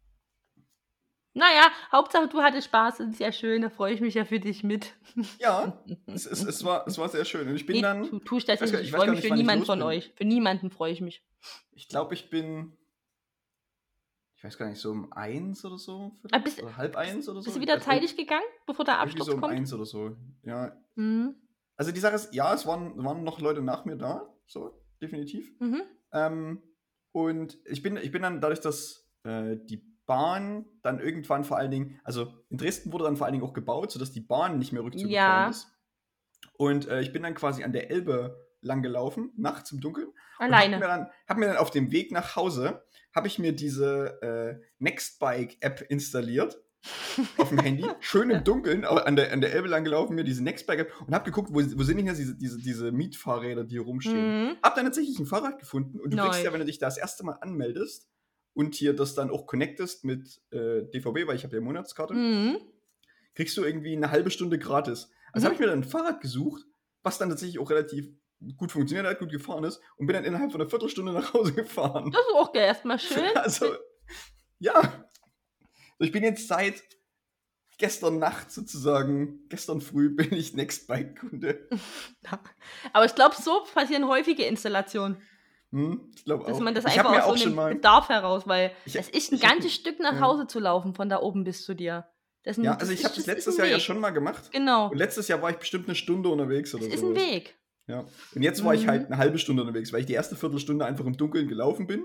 B: Naja, Hauptsache du hattest Spaß, das ist ja schön, da freue ich mich ja für dich mit.
A: Ja, es, es, es, war, es war sehr schön. Und ich bin
B: Nee,
A: dann,
B: tu, tu ich das
A: weiß
B: nicht,
A: gar-
B: ich
A: ich weiß
B: freue
A: gar
B: mich
A: nicht,
B: für
A: wann ich
B: niemanden
A: los
B: von
A: bin.
B: euch. Für niemanden freue ich mich.
A: ich glaube, ich bin, ich weiß gar nicht, so um eins oder so?
B: Ah, bist-
A: oder halb eins oder so?
B: Bist du
A: Ich
B: wieder
A: weiß
B: zeitig gegangen, bevor der
A: Irgendwie
B: Absturz
A: so um
B: kommt?
A: eins oder so. Ja.
B: Mhm.
A: Also die Sache ist, ja, es waren, waren noch Leute nach mir da, so, definitiv.
B: Mhm.
A: Ähm, und ich bin, ich bin dann dadurch, dass äh, die Bahn dann irgendwann vor allen Dingen, also in Dresden wurde dann vor allen Dingen auch gebaut, sodass die Bahn nicht mehr rückzugefahren
B: Ja.
A: ist. Und äh, ich bin dann quasi an der Elbe lang gelaufen, nachts im Dunkeln.
B: Alleine.
A: Und hab mir, dann, hab mir dann auf dem Weg nach Hause, habe ich mir diese äh, Nextbike-App installiert auf dem Handy, schön im Dunkeln, aber an der, an der Elbe lang gelaufen, mir diese Nextbike-App und habe geguckt, wo, wo sind denn hier diese, diese, diese Mietfahrräder, die hier rumstehen.
B: Mhm.
A: Hab dann tatsächlich ein Fahrrad gefunden und du kriegst
B: Nice.
A: ja, wenn du dich da das erste Mal anmeldest und hier das dann auch connectest mit äh, D V B, weil ich habe ja Monatskarte,
B: Mhm.
A: kriegst du irgendwie eine halbe Stunde gratis. Also
B: Mhm.
A: habe ich mir dann ein Fahrrad gesucht, was dann tatsächlich auch relativ gut funktioniert hat, gut gefahren ist und bin dann innerhalb von einer Viertelstunde nach Hause gefahren.
B: Das ist auch erstmal schön.
A: Also, ja. Ich bin jetzt seit gestern Nacht sozusagen, gestern früh bin ich Nextbike-Kunde.
B: Aber ich glaube, so passieren häufige Installationen.
A: Hm, ich glaube auch.
B: Dass man das
A: ich habe
B: einfach
A: mir auch
B: aus so
A: schon
B: einem
A: mal.
B: Bedarf heraus, weil
A: Ich-
B: es ist ein
A: ich hab-
B: ganzes Stück nach
A: ja.
B: Hause zu laufen, von da oben bis zu dir. Das ist ein,
A: Ja,
B: das
A: also ich
B: ist-
A: habe das
B: ist
A: letztes
B: ein
A: Jahr ja
B: Weg.
A: schon mal gemacht.
B: Genau.
A: Und letztes Jahr war ich bestimmt eine Stunde unterwegs oder
B: Es ist
A: so.
B: ein Weg.
A: Ja. Und jetzt war ich
B: Mhm.
A: halt eine halbe Stunde unterwegs, weil ich die erste Viertelstunde einfach im Dunkeln gelaufen bin.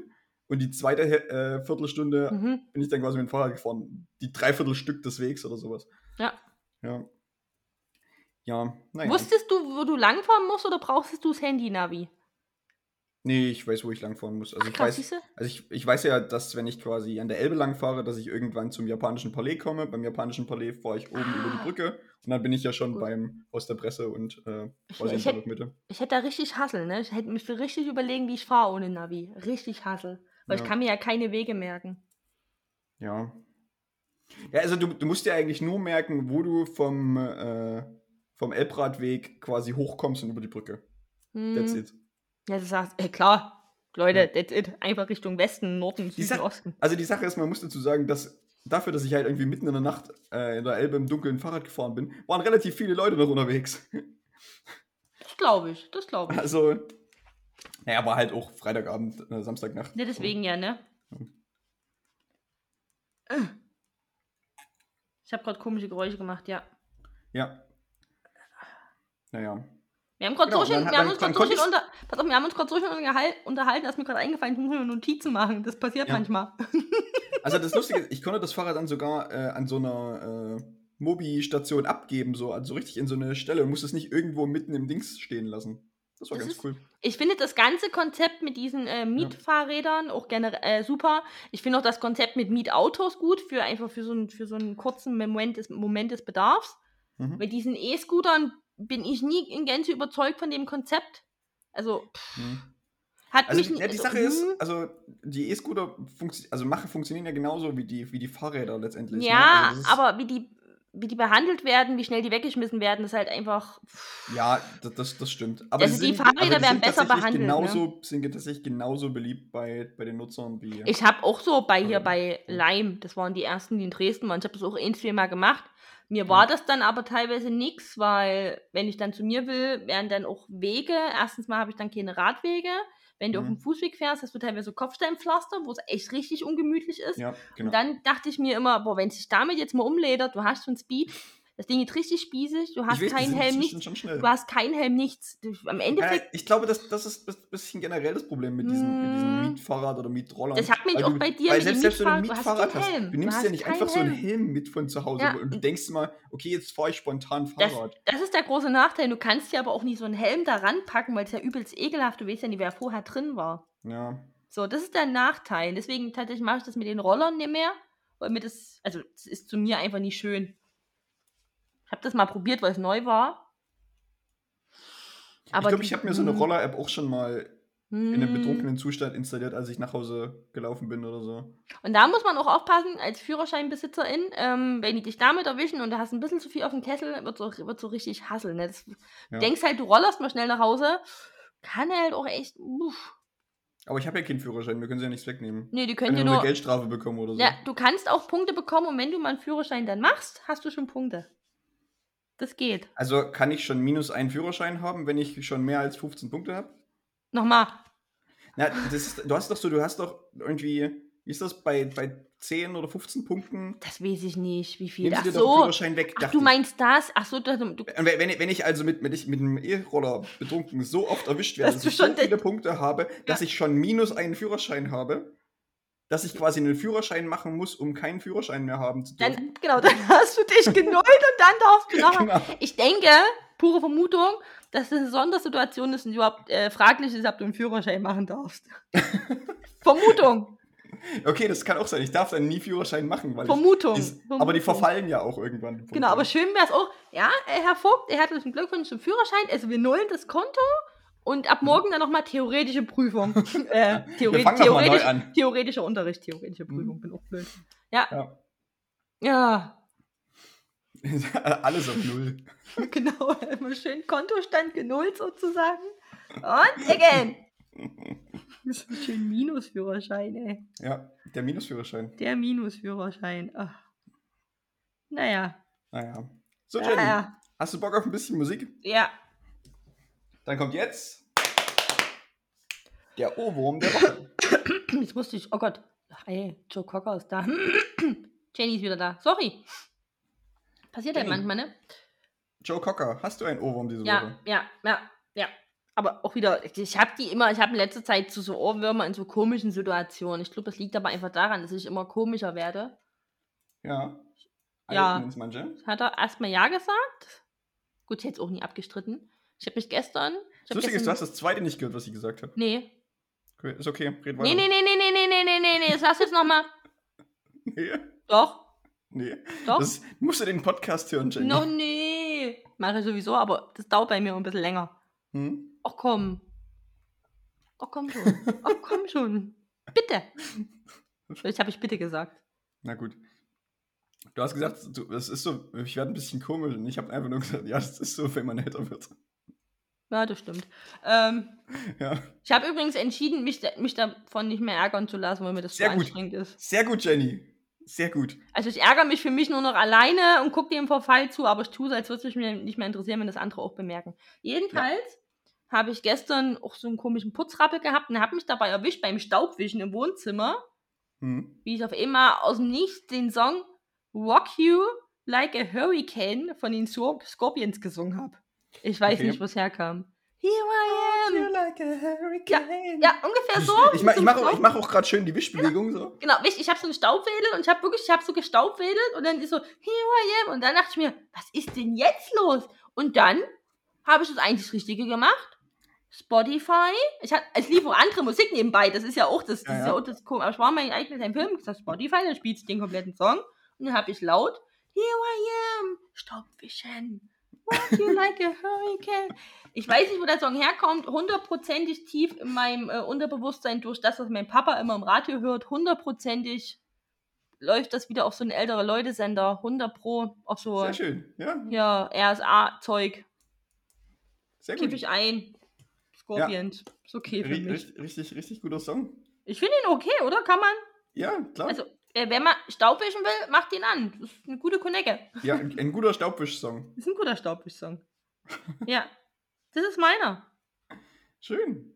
A: Und die zweite äh, Viertelstunde
B: Mhm.
A: bin ich dann quasi mit dem Fahrrad gefahren. Die Dreiviertelstück des Wegs oder sowas.
B: Ja.
A: Ja. Ja, naja.
B: Wusstest du, wo du langfahren musst oder brauchst du das Handy-Navi?
A: Nee, ich weiß, wo ich langfahren muss. Also
B: Ach,
A: ich
B: krass,
A: weiß,
B: siehste?
A: also ich, ich weiß ja, dass wenn ich quasi an der Elbe langfahre, dass ich irgendwann zum japanischen Palais komme. Beim japanischen Palais fahre ich oben über die
B: Ah,
A: Brücke und dann bin ich ja schon
B: gut.
A: beim Haus der Presse und äh,
B: Ich,
A: quasi in
B: ich
A: der
B: hätte
A: Mitte.
B: ich hätt da richtig Hassel, ne? Ich hätte müsste richtig überlegen, wie ich fahre ohne Navi. Richtig Hassel. Weil ich
A: Ja,
B: kann mir ja keine Wege merken.
A: ja. Ja, also du, du musst dir eigentlich nur merken, wo du vom, äh, vom Elbradweg quasi hochkommst und über die Brücke. That's
B: Hm.
A: it.
B: Ja, du sagst, ey, klar, Leute,
A: Ja.
B: that's it. Einfach Richtung Westen, Norden,
A: Die
B: Süden,
A: Sache,
B: Osten.
A: also die Sache ist, man muss dazu sagen, dass dafür, dass ich halt irgendwie mitten in der Nacht äh, in der Elbe im Dunkeln Fahrrad gefahren bin, waren relativ viele Leute noch unterwegs.
B: Das glaube ich, das glaube ich.
A: Also, naja, war halt auch Freitagabend, äh, Samstagnacht.
B: Ja, deswegen ja, ne? Ich habe gerade komische Geräusche gemacht, ja.
A: Ja. Naja.
B: Wir haben gerade
A: Genau,
B: so schön,
A: dann,
B: wir haben
A: dann,
B: uns
A: dann
B: gerade so
A: konnte
B: schön
A: ich.
B: unter, pass auf, wir haben uns gerade so schön unterhal- unterhalten, dass mir gerade eingefallen ist, ich muss mir Notizen machen. Das passiert
A: Ja.
B: manchmal.
A: Also das Lustige ist, ich konnte das Fahrrad dann sogar äh, an so einer äh, Mobi-Station abgeben, so, also richtig in so eine Stelle und musste es nicht irgendwo mitten im Dings stehen lassen. Das war
B: Das
A: ganz
B: ist,
A: cool.
B: ich finde das ganze Konzept mit diesen äh, Mietfahrrädern auch generell äh, super. Ich finde auch das Konzept mit Mietautos gut, für einfach für so, einen, für so einen kurzen Moment des, Moment des Bedarfs.
A: Mhm.
B: Bei diesen E-Scootern bin ich nie in Gänze überzeugt von dem Konzept. Also, pff,
A: Mhm.
B: hat
A: Also
B: mich
A: die,
B: nie.
A: ja, die
B: Also,
A: Sache
B: hm,
A: ist, also die E-Scooter funktio- also machen, funktionieren ja genauso wie die, wie die Fahrräder letztendlich. Ne?
B: ja,
A: Also das ist,
B: aber wie die, wie die behandelt werden, wie schnell die weggeschmissen werden, ist halt einfach. Pff.
A: ja, das, das, das stimmt. Aber
B: Also
A: sie
B: die
A: sind, also
B: Fahrräder
A: die
B: werden
A: sind
B: besser
A: tatsächlich
B: behandelt, ne?
A: genauso, sind tatsächlich genauso beliebt bei, bei den Nutzern wie
B: Ich habe auch so bei hier
A: Fahrräder.
B: bei Leim, das waren die ersten, die in Dresden waren. Ich habe das auch ein, zwei Mal gemacht. Mir
A: Ja.
B: war das dann aber teilweise nix, weil wenn ich dann zu mir will, wären dann auch Wege. Erstens mal habe ich dann keine Radwege. Wenn du auf dem
A: Mhm.
B: Fußweg fährst, hast du teilweise so Kopfsteinpflaster, wo es echt richtig ungemütlich ist.
A: Ja, genau.
B: Und dann dachte ich mir immer, boah, wenn sich damit jetzt mal umledert, du hast schon Speed, das Ding ist richtig spießig, du
A: Ich
B: hast
A: weiß, die
B: keinen
A: sind
B: Helm,
A: inzwischen
B: nichts.
A: schon schnell.
B: Du hast keinen Helm, nichts. Du, am
A: Ja,
B: Endeffekt,
A: ich glaube, das, das ist ein bisschen generell das Problem mit diesen, mit diesen
B: hm,
A: Mietfahrrad oder Mietrollern.
B: das hat mich
A: Weil,
B: auch
A: du,
B: bei dir
A: weil
B: mit dem
A: selbst, selbst wenn du ein
B: Mietfahrrad, du hast
A: Mietfahrrad
B: keinen
A: hast,
B: Helm.
A: du
B: Du
A: nimmst ja
B: hast
A: nicht
B: keinen
A: einfach so einen
B: Helm.
A: Helm mit von zu Hause
B: Ja,
A: und du denkst mal, okay, jetzt fahre ich spontan
B: das,
A: Fahrrad.
B: das ist der große Nachteil. Du kannst ja aber auch nicht so einen Helm da ranpacken, weil es ja übelst ekelhaft. Du weißt ja nicht, wer vorher drin war.
A: Ja.
B: So, das ist der Nachteil. Deswegen tatsächlich mache ich das mit den Rollern nicht mehr, weil mir das, also es ist zu mir einfach nicht schön. Ich habe das mal probiert, weil es neu war. Aber
A: Ich glaube,
B: die,
A: ich habe mir so eine
B: hm,
A: Roller-App auch schon mal in einem
B: hm.
A: betrunkenen Zustand installiert, als ich nach Hause gelaufen bin oder so.
B: Und da muss man auch aufpassen, als Führerscheinbesitzerin, ähm, wenn die dich damit erwischen und du hast ein bisschen zu viel auf dem Kessel, wird so, wird so richtig hasseln. Ne? Das,
A: Ja.
B: denkst halt, du rollerst mal schnell nach Hause, kann halt auch echt, uff.
A: Aber ich habe ja keinen Führerschein, wir können sie ja nichts wegnehmen.
B: Nee, die
A: Ich
B: können
A: kann ja
B: dir
A: nur eine
B: nur,
A: Geldstrafe bekommen oder so.
B: ja, du kannst auch Punkte bekommen und wenn du mal einen Führerschein dann machst, hast du schon Punkte. Das geht.
A: Also kann ich schon minus einen Führerschein haben, wenn ich schon mehr als fünfzehn Punkte habe?
B: Nochmal.
A: Na, das ist, du hast doch so, du hast doch irgendwie, wie ist das, bei, bei zehn oder fünfzehn Punkten?
B: Das weiß ich nicht, wie viel.
A: Nehmen sie
B: Ach
A: dir doch den
B: so.
A: Führerschein weg,
B: Ach,
A: dachte
B: du
A: ich.
B: meinst das? Ach so, du, du,
A: Und wenn, wenn ich also mit, mit, ich- mit einem E-Roller betrunken so oft erwischt werde,
B: Dass
A: dass
B: du
A: ich so
B: schon
A: viele
B: den-
A: Punkte habe, dass ich schon minus einen Führerschein habe, dass ich quasi einen Führerschein machen muss, um keinen Führerschein mehr haben zu dürfen.
B: dann, genau, dann hast du dich genullt und dann darfst du nachher.
A: Genau.
B: Ich denke, pure Vermutung, dass das eine Sondersituation ist und überhaupt äh, fraglich ist, ob du einen Führerschein machen darfst. Vermutung.
A: Okay, das kann auch sein. Ich darf dann nie Führerschein machen, weil
B: Vermutung.
A: ich, dies,
B: Vermutung.
A: aber die verfallen ja auch irgendwann. Die Punkte.
B: Genau, aber schön wäre es auch, ja, äh, Herr Vogt, er hat uns einen Glückwunsch zum Führerschein, also wir nullen das Konto und ab morgen dann nochmal theoretische Prüfung. äh, theore
A: Wir fangen noch mal neu
B: theoretisch,
A: an.
B: Theoretischer Unterricht, theoretische Prüfung,
A: Mhm.
B: bin auch blöd. Ja,
A: Ja.
B: ja,
A: Alles auf Null.
B: genau, immer schön Kontostand genullt sozusagen. Und again. Das ist ein schön Minusführerschein, ey.
A: Ja, der Minusführerschein.
B: Der Minusführerschein. Ach. Naja.
A: Naja. So, Jenny,
B: Naja.
A: hast du Bock auf ein bisschen Musik?
B: Ja.
A: Dann kommt jetzt der Ohrwurm der Woche.
B: Jetzt musste ich. Oh Gott. Ach, ey, Joe Cocker ist da. Jenny ist wieder da. Sorry. Passiert halt
A: Jenny.
B: manchmal, ne?
A: Joe Cocker, hast du einen Ohrwurm diese
B: Ja,
A: Woche?
B: ja, ja, ja. Aber auch wieder, ich habe die immer, ich habe in letzter Zeit so, so Ohrwürmer in so komischen Situationen. Ich glaube, das liegt aber einfach daran, dass ich immer komischer werde.
A: Ja.
B: Ja.
A: Alten ins manche.
B: Hat er erstmal ja gesagt? Gut, ich hätte es auch nie abgestritten. Ich habe mich gestern. Ich
A: Das Lustige ist, du hast das zweite nicht gehört, was ich gesagt habe.
B: Nee.
A: Okay, ist okay, red weiter.
B: Nee, nee, nee, nee, nee, nee, nee, nee, nee, nee, das sagst du jetzt nochmal.
A: Nee.
B: Doch.
A: Nee.
B: Doch.
A: Das musst du den Podcast hören, Jenny.
B: No, nee. Mache ich sowieso, aber das dauert bei mir ein bisschen länger.
A: Hm?
B: Ach komm. Ach komm schon. Ach komm schon. Bitte. Vielleicht habe ich bitte gesagt.
A: Na gut. Du hast gesagt, du, das ist so, ich werde ein bisschen komisch und ich habe einfach nur gesagt, ja, das ist so, wenn man älter wird.
B: Ja, das stimmt. Ähm,
A: Ja.
B: ich habe übrigens entschieden, mich, mich davon nicht mehr ärgern zu lassen, weil mir das
A: Sehr
B: so
A: gut.
B: anstrengend ist.
A: Sehr gut, Jenny. Sehr gut.
B: Also ich ärgere mich für mich nur noch alleine und gucke dem Verfall zu, aber ich tue es, als würde es mich nicht mehr interessieren, wenn das andere auch bemerken. Jedenfalls ja. habe ich gestern auch so einen komischen Putzrappel gehabt und habe mich dabei erwischt beim Staubwischen im Wohnzimmer,
A: Hm.
B: wie ich auf einmal aus dem Nichts den Song Rock You Like a Hurricane von den Scorpions gesungen habe. Ich weiß
A: Okay.
B: nicht, wo es herkam. Here I am.
A: Like a hurricane.
B: Ja, ja, ungefähr so.
A: Ich, ich, ich mache
B: so
A: ich mach auch gerade schön die Wischbewegung. So.
B: Genau, ich, ich habe so eine Staubwedel und ich habe wirklich, ich habe so gestaubwedelt und dann ist so, here I am. Und dann dachte ich mir, was ist denn jetzt los? Und dann habe ich das eigentlich Richtige gemacht. Spotify. Ich hatte, es lief auch andere Musik nebenbei. Das ist ja auch das, das,
A: Ja,
B: ist
A: ja.
B: ja auch das aber ich war mein eigenes Film, ich gesagt, Spotify, dann spielt es den kompletten Song. Und dann habe ich laut, here I am, Staubwischen. Rock you like a hurricane. Ich weiß nicht, wo der Song herkommt, hundertprozentig tief in meinem äh, Unterbewusstsein durch das, was mein Papa immer im Radio hört, hundertprozentig läuft das wieder auf so einen ältere Leute-Sender, hundert pro, auf so,
A: Sehr schön, ja.
B: ja, R S A-Zeug.
A: Sehr
B: Kipp
A: gut.
B: ich ein. Scorpions. Ja. Ist okay für
A: R-
B: mich.
A: Richtig, richtig, richtig guter Song.
B: Ich finde ihn okay, oder? Kann man?
A: Ja, klar.
B: Also, äh, wenn man Staubwischen will, macht ihn an. Das ist eine gute Konecke.
A: Ja, ein, ein guter Staubwisch-Song.
B: Das ist ein guter Staubwisch-Song. Ja. Das ist meiner.
A: Schön.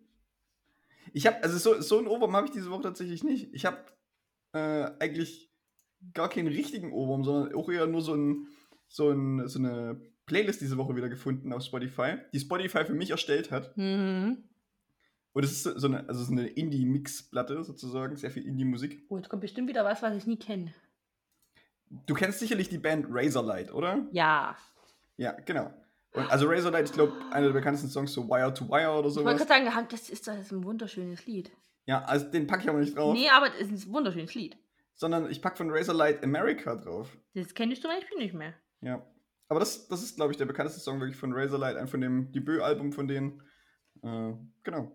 A: Ich habe, also so, so einen Ohrwurm habe ich diese Woche tatsächlich nicht. Ich habe äh, eigentlich gar keinen richtigen Ohrwurm, sondern auch eher nur so, ein, so, ein, so eine Playlist diese Woche wieder gefunden auf Spotify, die Spotify für mich erstellt hat.
B: Mhm.
A: Und es ist so eine, also so eine Indie-Mix-Platte sozusagen, sehr viel Indie-Musik.
B: Oh, jetzt kommt bestimmt wieder was, was ich nie kenne.
A: Du kennst sicherlich die Band Razorlight, oder?
B: Ja.
A: Ja, genau. Und also Razorlight, ich glaube, einer der bekanntesten Songs, so Wire to Wire oder
B: Ich wollte
A: sowas.
B: gerade sagen, das ist, das ist ein wunderschönes Lied.
A: Ja, also den packe ich aber nicht drauf.
B: Nee, aber es ist ein wunderschönes Lied.
A: Sondern ich packe von Razorlight America drauf.
B: Das kenne ich zum Beispiel nicht mehr.
A: Ja. Aber das, das ist, glaube ich, der bekannteste Song wirklich von Razorlight, ein von dem Debütalbum von denen. Äh, genau.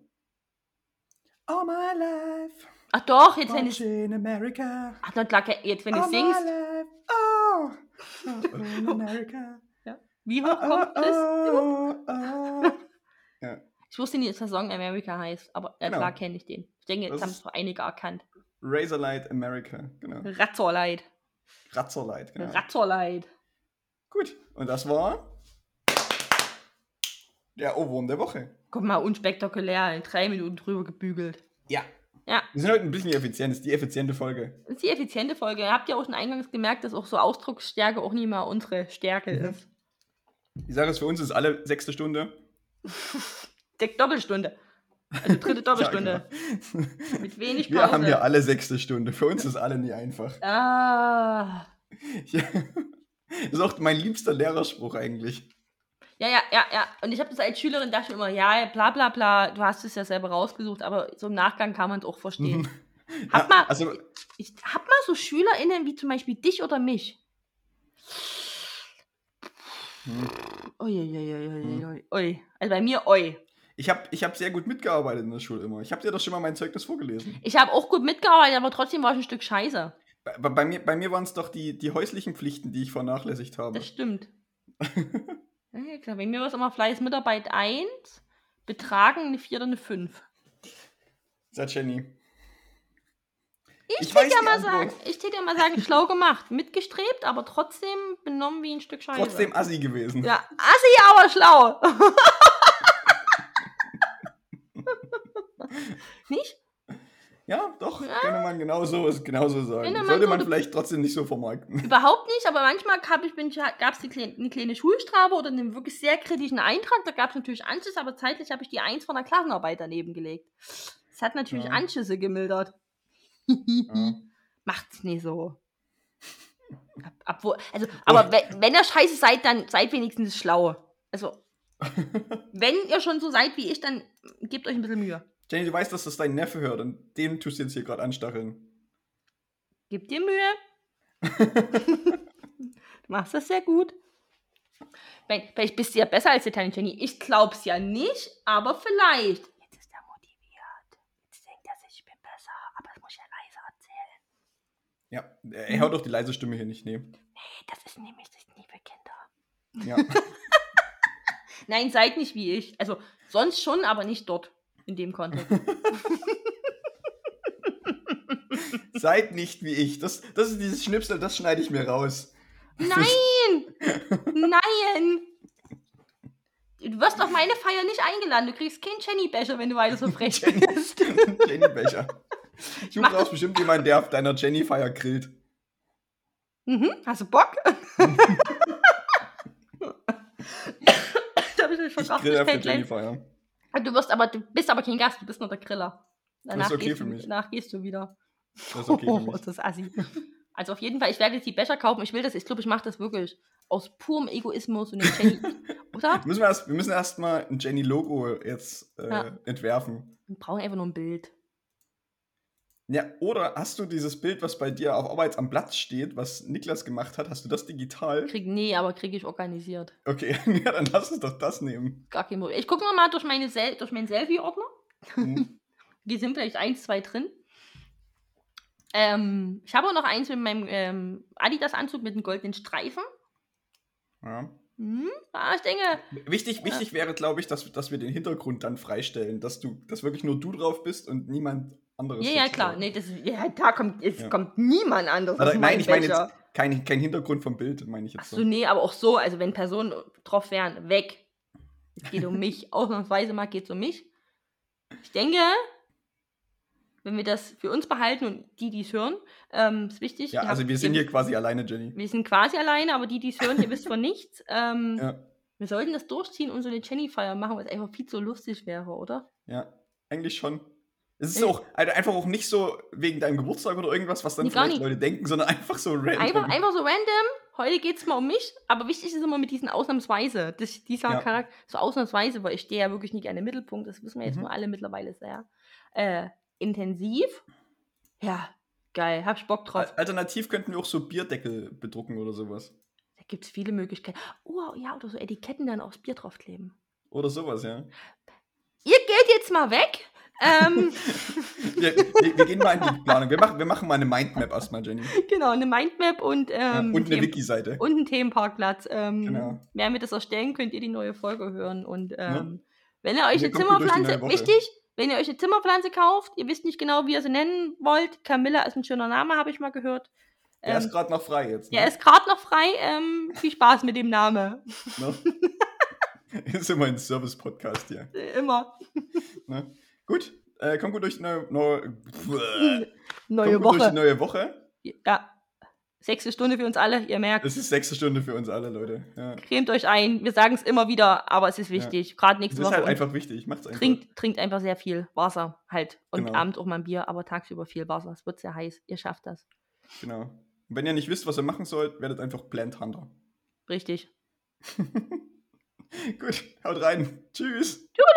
A: All my life.
B: Ach doch, jetzt wenn ich.
A: in America.
B: Ach, dann klar, jetzt wenn ich
A: All my
B: singst.
A: life. Oh. Oh, in America.
B: Ja. Wie hoch
A: Oh,
B: kommt das?
A: oh, oh. Ja.
B: Ich wusste nicht, dass der Song America heißt, aber äh,
A: Genau.
B: klar kenne ich den. Ich denke,
A: Das
B: jetzt haben
A: ist-
B: es doch einige erkannt.
A: Razorlight America, genau.
B: Ratzorleid.
A: Razorlight, genau.
B: Ratzorleid.
A: Gut, und das war der Ohrwurm der Woche.
B: Guck mal, unspektakulär, in drei Minuten drüber gebügelt.
A: Ja.
B: Ja.
A: Wir sind heute ein bisschen effizient, das ist die effiziente Folge.
B: Das ist die effiziente Folge. Ihr habt ja auch schon eingangs gemerkt, dass auch so Ausdrucksstärke auch nicht mehr unsere Stärke
A: Mhm.
B: ist.
A: Die Sache ist, für uns ist alle sechste Stunde.
B: Die Doppelstunde. Also dritte Doppelstunde.
A: Ja, genau.
B: Mit wenig Pause.
A: Wir haben ja alle sechste Stunde. Für uns ist alle nie einfach.
B: Ah.
A: Ja. Das ist auch mein liebster Lehrerspruch eigentlich.
B: Ja, ja, ja, ja. Und ich habe das als Schülerin dachte ich immer, ja, bla bla bla, du hast es ja selber rausgesucht, aber so im Nachgang kann man es auch verstehen. Hab
A: Ja,
B: mal,
A: also,
B: ich hab mal so SchülerInnen wie zum Beispiel dich oder mich.
A: hm.
B: Ui, ui, ui, ui, ui, ui. Also bei mir, oi.
A: ich habe ich hab sehr gut mitgearbeitet in der Schule immer. Ich habe dir doch schon mal mein Zeugnis vorgelesen.
B: Ich habe auch gut mitgearbeitet, aber trotzdem war ich ein Stück scheiße.
A: Bei, bei mir, bei mir waren es doch die, die häuslichen Pflichten, die ich vernachlässigt habe.
B: Das stimmt. Ja, klar, bei mir war es immer Fleiß Mitarbeit eins, Betragen eine vier oder eine fünf.
A: Sagt Jenny.
B: Ich,
A: Ich
B: ich
A: weiß
B: tät ja
A: die
B: mal
A: Antwort.
B: sagen, ich tät ja mal sagen, schlau gemacht, mitgestrebt, aber trotzdem benommen wie ein Stück Scheiße.
A: Trotzdem Assi gewesen.
B: Ja, assi, aber schlau. Nicht?
A: Ja, doch, ja. Könnte man genauso, genauso sagen.
B: man
A: Sollte
B: so,
A: man vielleicht trotzdem nicht so vermarkten.
B: Überhaupt nicht, aber manchmal gab es eine kleine, eine kleine Schulstrafe oder einen wirklich sehr kritischen Eintrag. Da gab es natürlich Anschiss, aber zeitlich habe ich die eins von der Klassenarbeit daneben gelegt. Das hat natürlich ja. Anschüsse gemildert. Ja. Macht's nicht so. Obwohl, also, aber wenn, wenn ihr scheiße seid, dann seid wenigstens schlau. Also, wenn ihr schon so seid wie ich, dann gebt euch ein bisschen Mühe.
A: Jenny, du weißt, dass das dein Neffe hört und den tust du jetzt hier gerade anstacheln.
B: Gib dir Mühe. Du machst das sehr gut. Vielleicht bist du ja besser als die kleine Jenny. Ich glaub's ja nicht, aber vielleicht. Jetzt ist er motiviert. Jetzt denkt er sich, ich bin besser, aber das muss ich ja leise erzählen.
A: Ja, er hört doch die leise Stimme hier nicht, nee.
B: Nee, das ist nämlich das ist nie für Kinder.
A: Ja.
B: Nein, seid nicht wie ich. Also, sonst schon, aber nicht dort. In dem Kontext.
A: Seid nicht wie ich. Das, das ist dieses Schnipsel, das schneide ich mir raus.
B: Nein! Nein! Du wirst auf meine Feier nicht eingeladen. Du kriegst keinen Jenny-Becher, wenn du weiter so frech bist.
A: Jenny-Becher. Ich suche raus bestimmt jemanden, der auf deiner Jenny-Feier grillt.
B: Mhm, hast du Bock? Da ich
A: ich grill auf der Jenny-Feier.
B: Du wirst aber, du bist aber kein Gast, du bist nur der Griller. Danach
A: das ist okay
B: gehst
A: für
B: du,
A: mich.
B: Danach gehst du wieder.
A: Das ist okay für mich.
B: Oh, das ist assi. Also auf jeden Fall, ich werde jetzt die Becher kaufen. Ich will das, ich glaube, ich mache das wirklich aus purem Egoismus und Jenny, oder?
A: müssen wir, erst, wir müssen erst mal ein Jenny-Logo jetzt äh, ja. entwerfen.
B: Wir brauchen einfach nur ein Bild.
A: Ja, oder hast du dieses Bild, was bei dir auf Arbeit am Platz steht, was Niklas gemacht hat, hast du das digital?
B: Krieg, nee, aber kriege ich organisiert.
A: Okay, ja, dann lass uns doch das nehmen.
B: Gar kein Problem. Ich gucke mal durch, meine Sel- durch meinen Selfie-Ordner. Hm. Die sind vielleicht eins, zwei drin. Ähm, ich habe auch noch eins mit meinem ähm, Adidas-Anzug mit einem goldenen Streifen.
A: Ja.
B: Hm? Ah, ich denke...
A: Wichtig, ja. wichtig wäre, glaube ich, dass, dass wir den Hintergrund dann freistellen, dass du, dass wirklich nur du drauf bist und niemand anderes.
B: Ja, ja, klar. Nee, das, ja, da kommt, es ja. kommt niemand anderes.
A: Also, nein, ich meine jetzt kein, kein Hintergrund vom Bild, meine ich jetzt.
B: Ach so, so, nee, aber auch so, also wenn Personen drauf wären, weg. Es geht um mich, ausnahmsweise mal geht es um mich. Ich denke, wenn wir das für uns behalten und die, die es hören, ähm, ist wichtig.
A: Ja, also wir sind hier quasi alleine, Jenny.
B: Wir sind quasi alleine, aber die, die es hören, ihr wisst von nichts. Ähm,
A: ja.
B: Wir sollten das durchziehen und so eine Jenny-Feier machen, weil es einfach viel zu lustig wäre, oder?
A: Ja, eigentlich schon. Es ist äh, auch also einfach auch nicht so wegen deinem Geburtstag oder irgendwas, was dann nee, vielleicht Leute denken, sondern einfach so random.
B: Einfach, einfach so random. Heute geht es mal um mich, aber wichtig ist immer mit diesen Ausnahmsweise. Das, dieser ja. Charakter, so ausnahmsweise, weil ich stehe ja wirklich nicht an den Mittelpunkt, das wissen wir jetzt mhm. nur alle mittlerweile sehr äh, intensiv. Ja, geil, hab ich Bock drauf.
A: Alternativ könnten wir auch so Bierdeckel bedrucken oder sowas.
B: Da gibt es viele Möglichkeiten. Oh, ja, oder so Etiketten dann aufs Bier draufkleben.
A: Oder sowas, ja.
B: Ihr geht jetzt mal weg. ähm.
A: wir, wir, wir gehen mal in die Planung. Wir machen, wir machen mal eine Mindmap erstmal, Jenny.
B: Genau, eine Mindmap und, ähm,
A: ja, und eine
B: Themen-
A: Wiki-Seite.
B: Und einen Themenparkplatz. Ähm,
A: Genau.
B: Während wir das erstellen, könnt ihr die neue Folge hören. Und ähm,
A: Ja.
B: wenn ihr euch
A: Wir
B: eine
A: kommen gut durch die
B: Zimmerpflanze,
A: neue Woche.
B: wichtig, wenn ihr euch eine Zimmerpflanze kauft, ihr wisst nicht genau, wie ihr sie nennen wollt. Camilla ist ein schöner Name, habe ich mal gehört.
A: Der
B: Ähm,
A: ist gerade noch frei jetzt. Ne?
B: Der ist gerade noch frei. Ähm, viel Spaß mit dem Namen.
A: Ne? Ist immer ein Service-Podcast hier.
B: Immer.
A: Ne? Gut, äh, komm gut durch die neue, neue,
B: Neue
A: komm gut
B: Woche.
A: durch die neue Woche.
B: Ja. Sechste Stunde für uns alle, ihr merkt.
A: Es ist sechste Stunde für uns alle, Leute. Ja.
B: Cremt euch ein. Wir sagen es immer wieder, aber es ist wichtig. Ja. Gerade
A: Es
B: nächste
A: ist
B: Woche.
A: halt
B: Und
A: einfach wichtig. Macht's einfach.
B: trinkt, trinkt einfach sehr viel Wasser halt. Und
A: Genau.
B: abends auch mal ein Bier, aber tagsüber viel Wasser. Es wird sehr heiß. Ihr schafft das.
A: Genau. Und wenn ihr nicht wisst, was ihr machen sollt, werdet einfach Plant Hunter.
B: Richtig.
A: Gut, haut rein. Tschüss.
B: Tschüss.